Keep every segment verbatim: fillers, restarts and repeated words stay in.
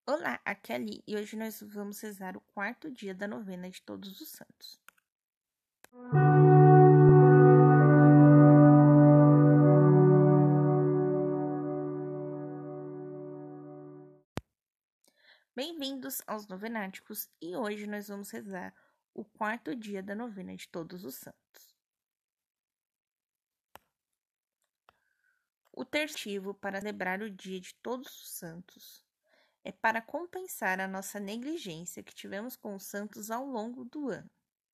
Olá, aqui é a Ali, e hoje nós vamos rezar o quarto dia da novena de Todos os Santos. Bem-vindos aos Novenáticos, e hoje nós vamos rezar o quarto dia da novena de Todos os Santos. O tertivo para celebrar o dia de Todos os Santos é para compensar a nossa negligência que tivemos com os santos ao longo do ano.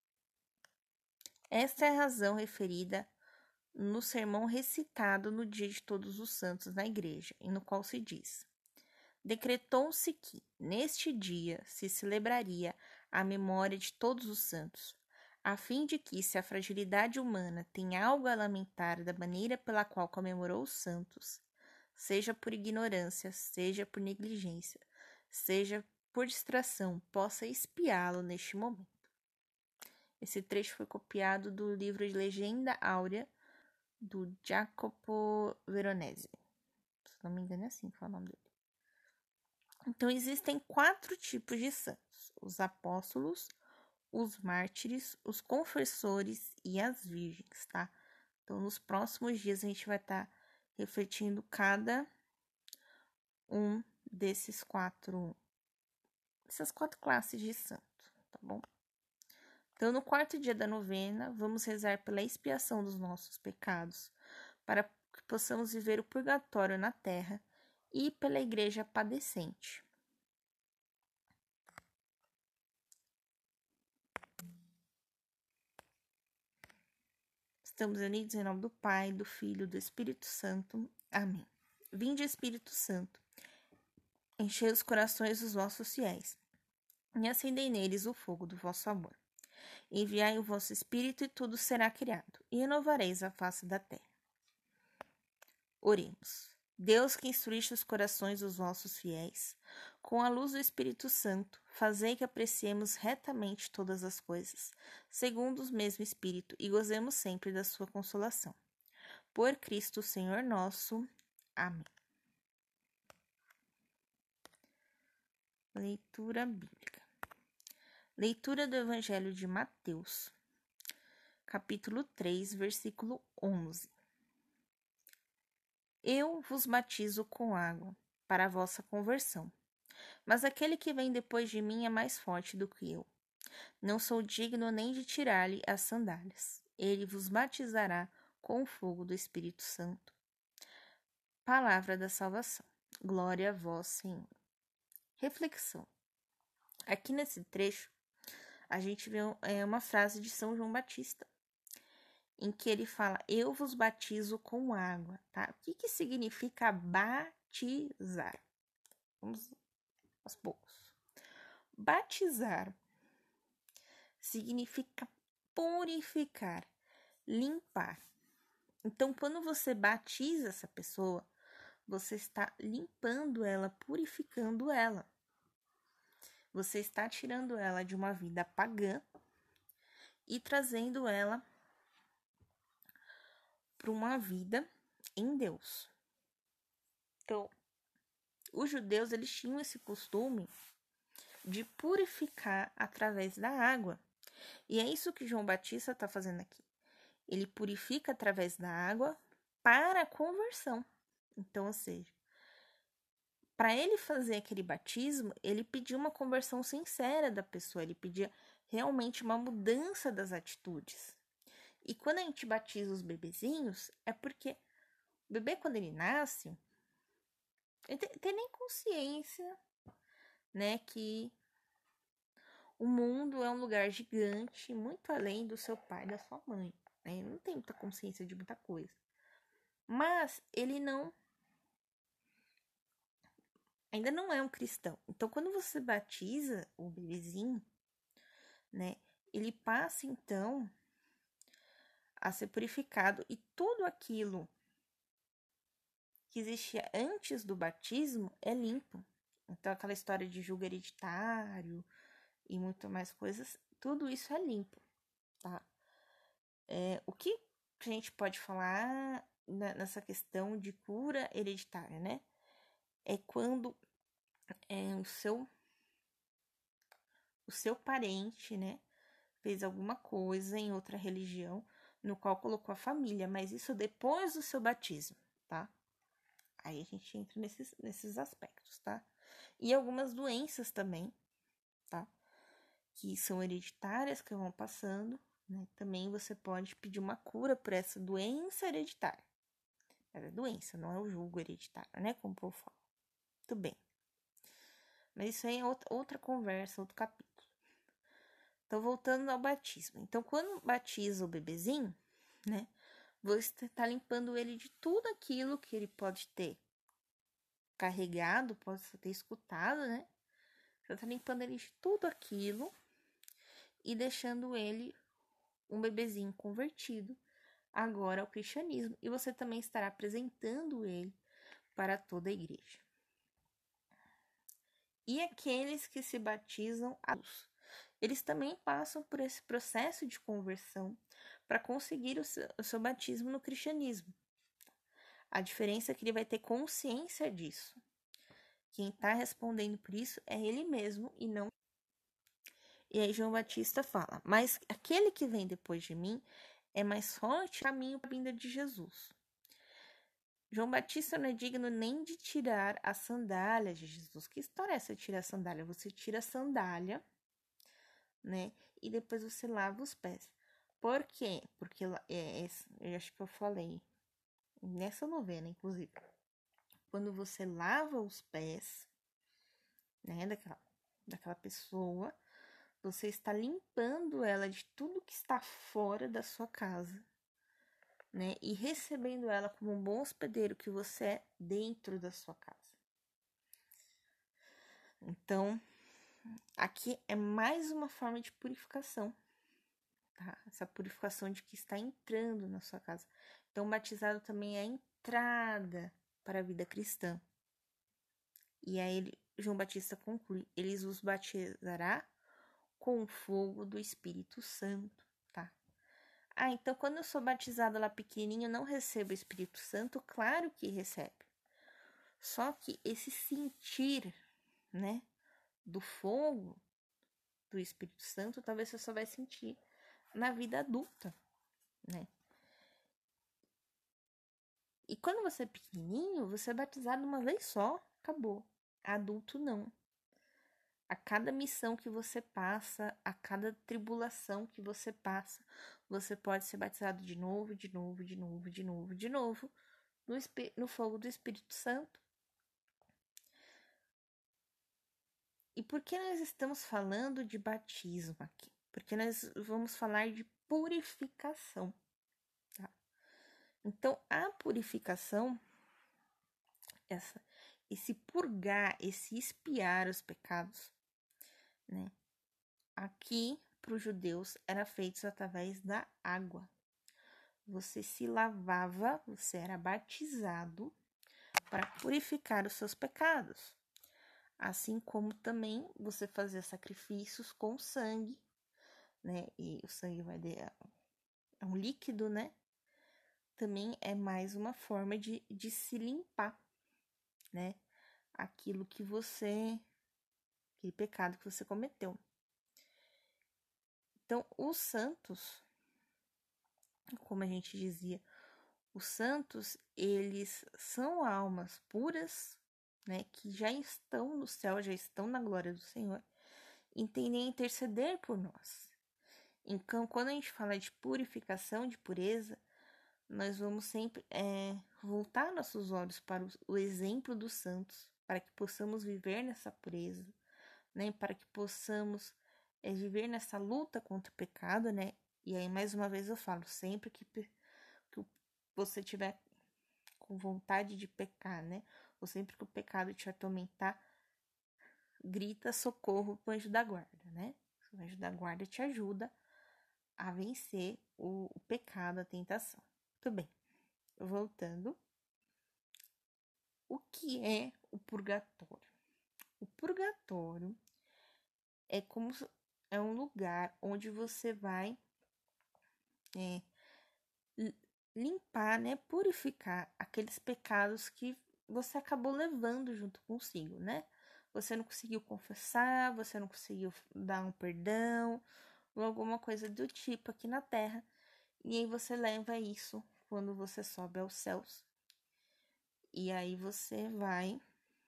Esta é a razão referida no sermão recitado no dia de Todos os Santos na igreja, e no qual se diz: decretou-se que, neste dia, se celebraria a memória de todos os santos, a fim de que, se a fragilidade humana tem algo a lamentar da maneira pela qual comemorou os santos, seja por ignorância, seja por negligência, seja por distração, possa expiá-lo neste momento. Esse trecho foi copiado do livro de Legenda Áurea, do Jacopo Veronese. Se não me engano é assim que fala o nome dele. Então, existem quatro tipos de santos: os apóstolos, os mártires, os confessores e as virgens, tá? Então, nos próximos dias, a gente vai estar tá refletindo cada um desses quatro, essas quatro classes de santo, tá bom? Então, no quarto dia da novena, vamos rezar pela expiação dos nossos pecados, para que possamos viver o purgatório na terra, e pela igreja padecente. Estamos unidos em nome do Pai, do Filho e do Espírito Santo. Amém. Vinde, Espírito Santo, enchei os corações dos vossos fiéis e acendei neles o fogo do vosso amor. Enviai o vosso Espírito e tudo será criado, e renovareis a face da terra. Oremos. Deus, que instruíste os corações dos vossos fiéis, com a luz do Espírito Santo, fazei que apreciemos retamente todas as coisas, segundo o mesmo Espírito, e gozemos sempre da sua consolação. Por Cristo, Senhor nosso. Amém. Leitura bíblica. Leitura do Evangelho de Mateus, capítulo três, versículo onze. Eu vos batizo com água, para a vossa conversão. Mas aquele que vem depois de mim é mais forte do que eu. Não sou digno nem de tirar-lhe as sandálias. Ele vos batizará com o fogo do Espírito Santo. Palavra da salvação. Glória a vós, Senhor. Reflexão. Aqui nesse trecho, a gente vê é, uma frase de São João Batista, em que ele fala: eu vos batizo com água, tá? O que que significa batizar? Vamos aos poucos. Batizar significa purificar, limpar. Então, quando você batiza essa pessoa, você está limpando ela, purificando ela. Você está tirando ela de uma vida pagã e trazendo ela para uma vida em Deus. Então, os judeus, eles tinham esse costume de purificar através da água. E é isso que João Batista está fazendo aqui. Ele purifica através da água para a conversão. Então, ou seja, para ele fazer aquele batismo, ele pediu uma conversão sincera da pessoa, ele pedia realmente uma mudança das atitudes. E quando a gente batiza os bebezinhos, é porque o bebê, quando ele nasce, ele tem, tem nem consciência, né, que o mundo é um lugar gigante, muito além do seu pai e da sua mãe, né? Ele não tem muita consciência de muita coisa. Mas ele não ainda não é um cristão. Então, quando você batiza o bebezinho, né, ele passa então a ser purificado, e tudo aquilo que existia antes do batismo é limpo. Então, aquela história de julgo hereditário e muito mais coisas, tudo isso é limpo, tá? É, o que a gente pode falar nessa questão de cura hereditária, né? É quando é, o seu o seu parente, né, fez alguma coisa em outra religião, no qual colocou a família, mas isso depois do seu batismo, tá? Aí a gente entra nesses, nesses aspectos, tá? E algumas doenças também, tá? Que são hereditárias, que vão passando, né? Também você pode pedir uma cura por essa doença hereditária. Ela é doença, não é o julgo hereditário, né? Como o povo fala. Tudo bem. Mas isso aí é outra, outra conversa, outro capítulo. Então, voltando ao batismo. Então, quando batiza o bebezinho, né? Você está limpando ele de tudo aquilo que ele pode ter carregado, pode ter escutado, né? Você está limpando ele de tudo aquilo e deixando ele um bebezinho convertido agora ao cristianismo. E você também estará apresentando ele para toda a igreja. E aqueles que se batizam adultos, eles também passam por esse processo de conversão para conseguir o seu, o seu batismo no cristianismo. A diferença é que ele vai ter consciência disso. Quem está respondendo por isso é ele mesmo e não. E aí João Batista fala: mas aquele que vem depois de mim é mais forte no caminho para a vinda de Jesus. João Batista não é digno nem de tirar a sandália de Jesus. Que história é essa de tirar a sandália? Você tira a sandália, né? E depois você lava os pés. Por quê? Porque é, é, eu acho que eu falei nessa novena, inclusive. Quando você lava os pés, né, daquela, daquela pessoa, você está limpando ela de tudo que está fora da sua casa, né? E recebendo ela como um bom hospedeiro que você é dentro da sua casa. Então, aqui é mais uma forma de purificação, tá? Essa purificação de que está entrando na sua casa. Então, o batizado também é a entrada para a vida cristã. E aí, ele, João Batista conclui: ele os batizará com o fogo do Espírito Santo, tá? Ah, então quando eu sou batizada lá pequenininho, eu não recebo o Espírito Santo? Claro que recebe. Só que esse sentir, né, do fogo do Espírito Santo, talvez você só vai sentir na vida adulta, né? E quando você é pequenininho, você é batizado uma vez só, acabou. Adulto não. A cada missão que você passa, a cada tribulação que você passa, você pode ser batizado de novo, de novo, de novo, de novo, de novo, no, no fogo do Espírito Santo. E por que nós estamos falando de batismo aqui? Porque nós vamos falar de purificação, tá? Então, a purificação, essa, esse purgar, esse expiar os pecados, né? Aqui, para os judeus, era feito através da água. Você se lavava, você era batizado para purificar os seus pecados. Assim como também você fazia sacrifícios com sangue, né? E o sangue vai de, é um líquido, né? Também é mais uma forma de, de se limpar, né? Aquilo que você, aquele pecado que você cometeu. Então, os santos, como a gente dizia, os santos, eles são almas puras, né, que já estão no céu, já estão na glória do Senhor, entendem interceder por nós. Então, quando a gente fala de purificação, de pureza, nós vamos sempre é, voltar nossos olhos para o, o exemplo dos santos, para que possamos viver nessa pureza, né, para que possamos é, viver nessa luta contra o pecado, né, e aí mais uma vez eu falo, sempre que, que você tiver com vontade de pecar, né? Ou sempre que o pecado te atormentar, grita socorro pro anjo da guarda, né? O anjo da guarda te ajuda a vencer o, o pecado, a tentação. Muito bem. Voltando. O que é o purgatório? O purgatório é como é um lugar onde você vai é, limpar, né? Purificar aqueles pecados que você acabou levando junto consigo, né? você não conseguiu confessar, você não conseguiu dar um perdão, ou alguma coisa do tipo aqui na terra. E aí você leva isso quando você sobe aos céus. E aí você vai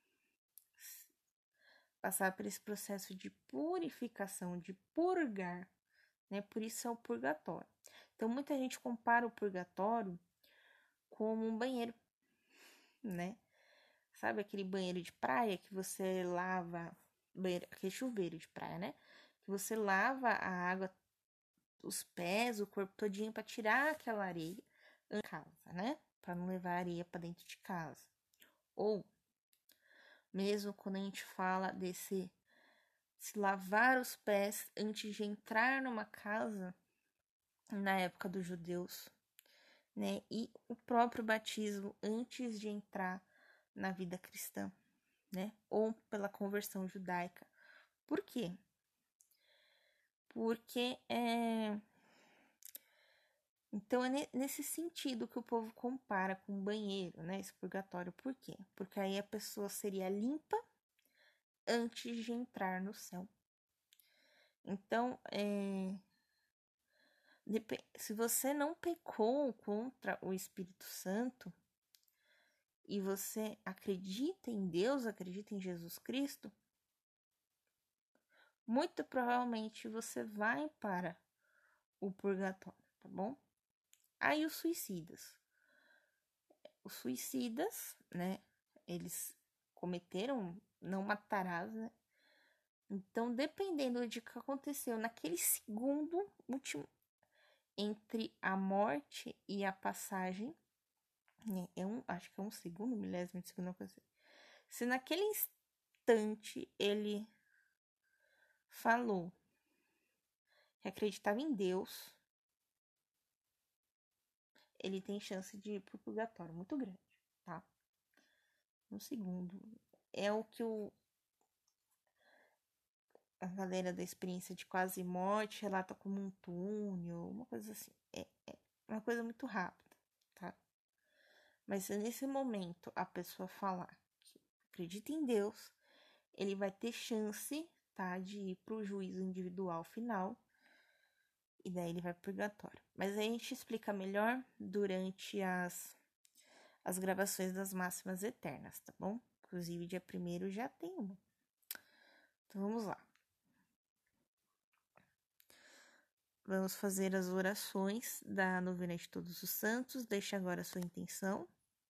passar por esse processo de purificação, de purgar, né? Por isso é o purgatório. Então muita gente compara o purgatório como um banheiro, né? Sabe aquele banheiro de praia que você lava, banheiro, aquele chuveiro de praia, né? Que você lava a água, os pés, o corpo todinho para tirar aquela areia em casa, né? Para não levar areia para dentro de casa. Ou mesmo quando a gente fala desse se lavar os pés antes de entrar numa casa na época dos judeus, né? E o próprio batismo antes de entrar na vida cristã, né? Ou pela conversão judaica. Por quê? Porque é. Então é nesse sentido que o povo compara com o banheiro, né? Esse purgatório. Por quê? Porque aí a pessoa seria limpa antes de entrar no céu. Então, é, se você não pecou contra o Espírito Santo e você acredita em Deus, acredita em Jesus Cristo, muito provavelmente você vai para o purgatório, tá bom? Aí os suicidas. Os suicidas, né? Eles cometeram, não matarás, né? Então, dependendo de que aconteceu naquele segundo último entre a morte e a passagem, né? É um, acho que é um segundo, milésimo de segundo, coisa assim. Se naquele instante ele falou que acreditava em Deus, ele tem chance de ir pro purgatório muito grande, tá? Um segundo. É o que o, a galera da experiência de quase morte relata como um túnel, uma coisa assim. É, é uma coisa muito rápida, tá? Mas se nesse momento a pessoa falar que acredita em Deus, ele vai ter chance, tá, de ir pro juízo individual final. E daí ele vai pro purgatório. Mas aí a gente explica melhor durante as, as gravações das máximas eternas, tá bom? Inclusive, dia primeiro já tem uma. Então, vamos lá. Vamos fazer as orações da novena de todos os santos. Deixe agora a sua intenção.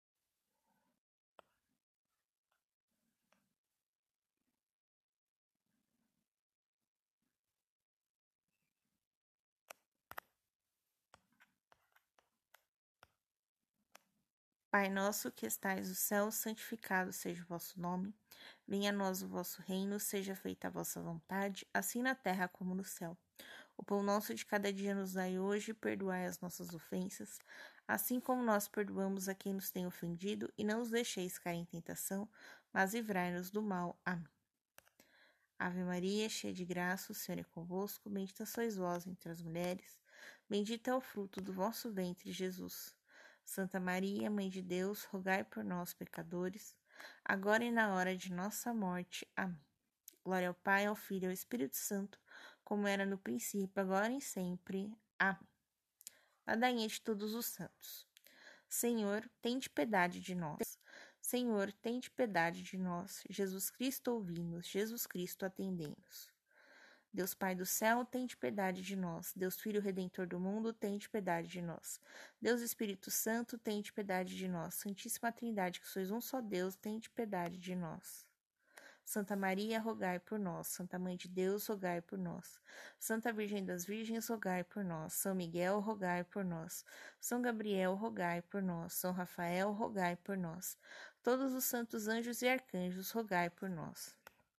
Pai nosso que estais no céu, santificado seja o vosso nome. Venha a nós o vosso reino, seja feita a vossa vontade, assim na terra como no céu. O pão nosso de cada dia nos dai hoje, perdoai as nossas ofensas, assim como nós perdoamos a quem nos tem ofendido, e não nos deixeis cair em tentação, mas livrai-nos do mal. Amém. Ave Maria, cheia de graça, o Senhor é convosco, bendita sois vós entre as mulheres, bendito é o fruto do vosso ventre, Jesus. Santa Maria, Mãe de Deus, rogai por nós, pecadores, agora e na hora de nossa morte. Amém. Glória ao Pai, ao Filho e ao Espírito Santo, como era no princípio, agora e sempre. Amém. Ladainha de todos os santos. Senhor, tende piedade de nós. Senhor, tende piedade de nós. Jesus Cristo, ouvi-nos. Jesus Cristo, atendei-nos. Deus Pai do céu, tende piedade de nós. Deus Filho Redentor do mundo, tende piedade de nós. Deus Espírito Santo, tende piedade de nós. Santíssima Trindade, que sois um só Deus, tende piedade de nós. Santa Maria, rogai por nós. Santa Mãe de Deus, rogai por nós. Santa Virgem das Virgens, rogai por nós. São Miguel, rogai por nós. São Gabriel, rogai por nós. São Rafael, rogai por nós. Todos os santos anjos e arcanjos, rogai por nós.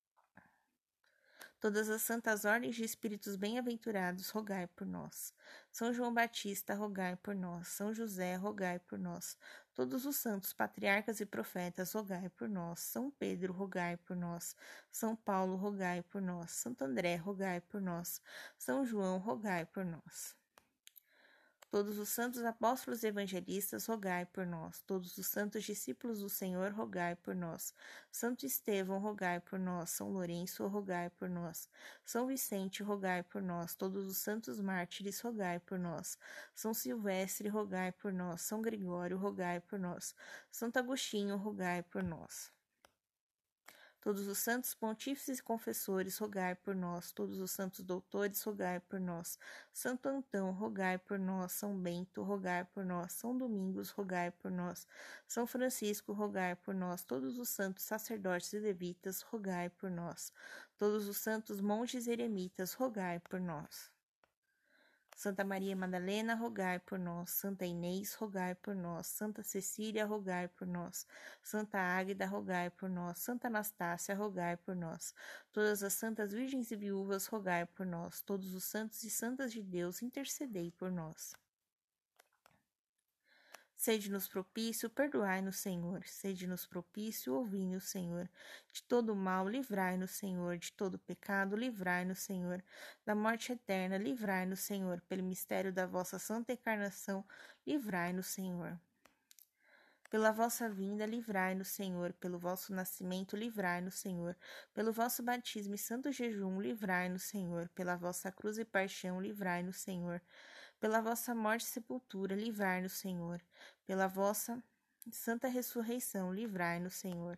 Todas as santas ordens de espíritos bem-aventurados, rogai por nós. São João Batista, rogai por nós. São José, rogai por nós. Todos os santos patriarcas e profetas, rogai por nós. São Pedro, rogai por nós. São Paulo, rogai por nós. Santo André, rogai por nós. São João, rogai por nós. Todos os santos apóstolos e evangelistas, rogai por nós. Todos os santos discípulos do Senhor, rogai por nós. Santo Estevão, rogai por nós. São Lourenço, rogai por nós. São Vicente, rogai por nós. Todos os santos mártires, rogai por nós. São Silvestre, rogai por nós. São Gregório, rogai por nós. Santo Agostinho, rogai por nós. Todos os santos pontífices e confessores, rogai por nós. Todos os santos doutores, rogai por nós. Santo Antão, rogai por nós. São Bento, rogai por nós. São Domingos, rogai por nós. São Francisco, rogai por nós. Todos os santos sacerdotes e levitas, rogai por nós. Todos os santos monges e eremitas, rogai por nós. Santa Maria Madalena, rogai por nós. Santa Inês, rogai por nós. Santa Cecília, rogai por nós. Santa Águeda, rogai por nós. Santa Anastácia, rogai por nós. Todas as santas virgens e viúvas, rogai por nós. Todos os santos e santas de Deus, intercedei por nós. Sede-nos propício, perdoai-nos, Senhor. Sede-nos propício, ouvi-nos, Senhor. De todo mal, livrai-nos, Senhor. De todo pecado, livrai-nos, Senhor. Da morte eterna, livrai-nos, Senhor. Pelo mistério da vossa santa encarnação, livrai-nos, Senhor. Pela vossa vinda, livrai-nos, Senhor. Pelo vosso nascimento, livrai-nos, Senhor. Pelo vosso batismo e santo jejum, livrai-nos, Senhor. Pela vossa cruz e paixão, livrai-nos, Senhor. Pela vossa morte e sepultura, livrai-nos, Senhor. Pela vossa santa ressurreição, livrai-nos, Senhor.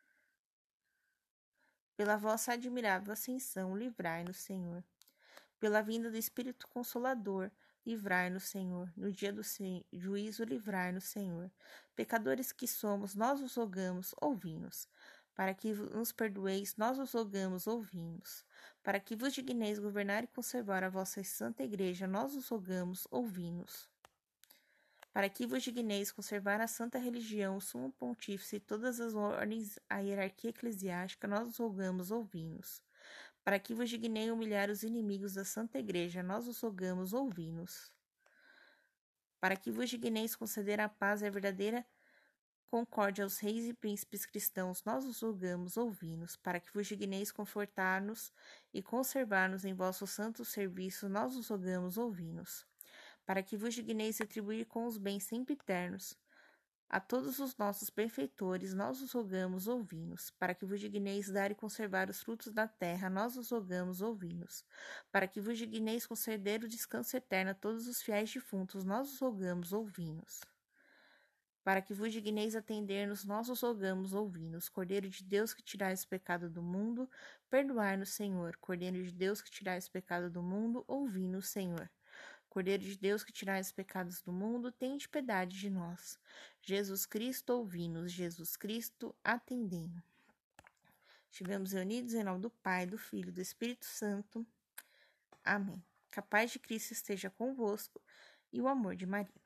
Pela vossa admirável ascensão, livrai-nos, Senhor. Pela vinda do Espírito Consolador, livrai-nos, Senhor. No dia do juízo, livrai-nos, Senhor. Pecadores que somos, nós os rogamos, ouvi-nos. Para que nos perdoeis, nós os rogamos, ouvi-nos. Para que vos digneis governar e conservar a vossa santa igreja, nós os rogamos, ouvi-nos. Para que vos digneis conservar a santa religião, o sumo pontífice e todas as ordens, a hierarquia eclesiástica, nós os rogamos, ouvi-nos. Para que vos digneis humilhar os inimigos da santa igreja, nós os rogamos, ouvi-nos. Para que vos digneis conceder a paz e a verdadeira concórdia aos reis e príncipes cristãos, nós os rogamos, ouvi-nos. Para que vos digneis confortar-nos e conservar-nos em vosso santo serviço, nós os rogamos, ouvi-nos. Para que vos digneis retribuir com os bens sempre eternos a todos os nossos benfeitores, nós os rogamos, ouvi-nos. Para que vos digneis dar e conservar os frutos da terra, nós os rogamos, ouvi-nos. Para que vos digneis conceder o descanso eterno a todos os fiéis defuntos, nós os rogamos, ouvi-nos. Para que vos digneis atender-nos, nós os rogamos, ouvi-nos. Cordeiro de Deus que tirais o pecado do mundo, perdoai-nos, Senhor. Cordeiro de Deus que tirais o pecado do mundo, ouvi-nos, Senhor. Cordeiro de Deus que tirais os pecados do mundo, tende piedade de nós. Jesus Cristo, ouvi-nos. Jesus Cristo, atendei-nos. Estivemos reunidos em nome do Pai, do Filho e do Espírito Santo. Amém. Que a paz de Cristo esteja convosco e o amor de Maria.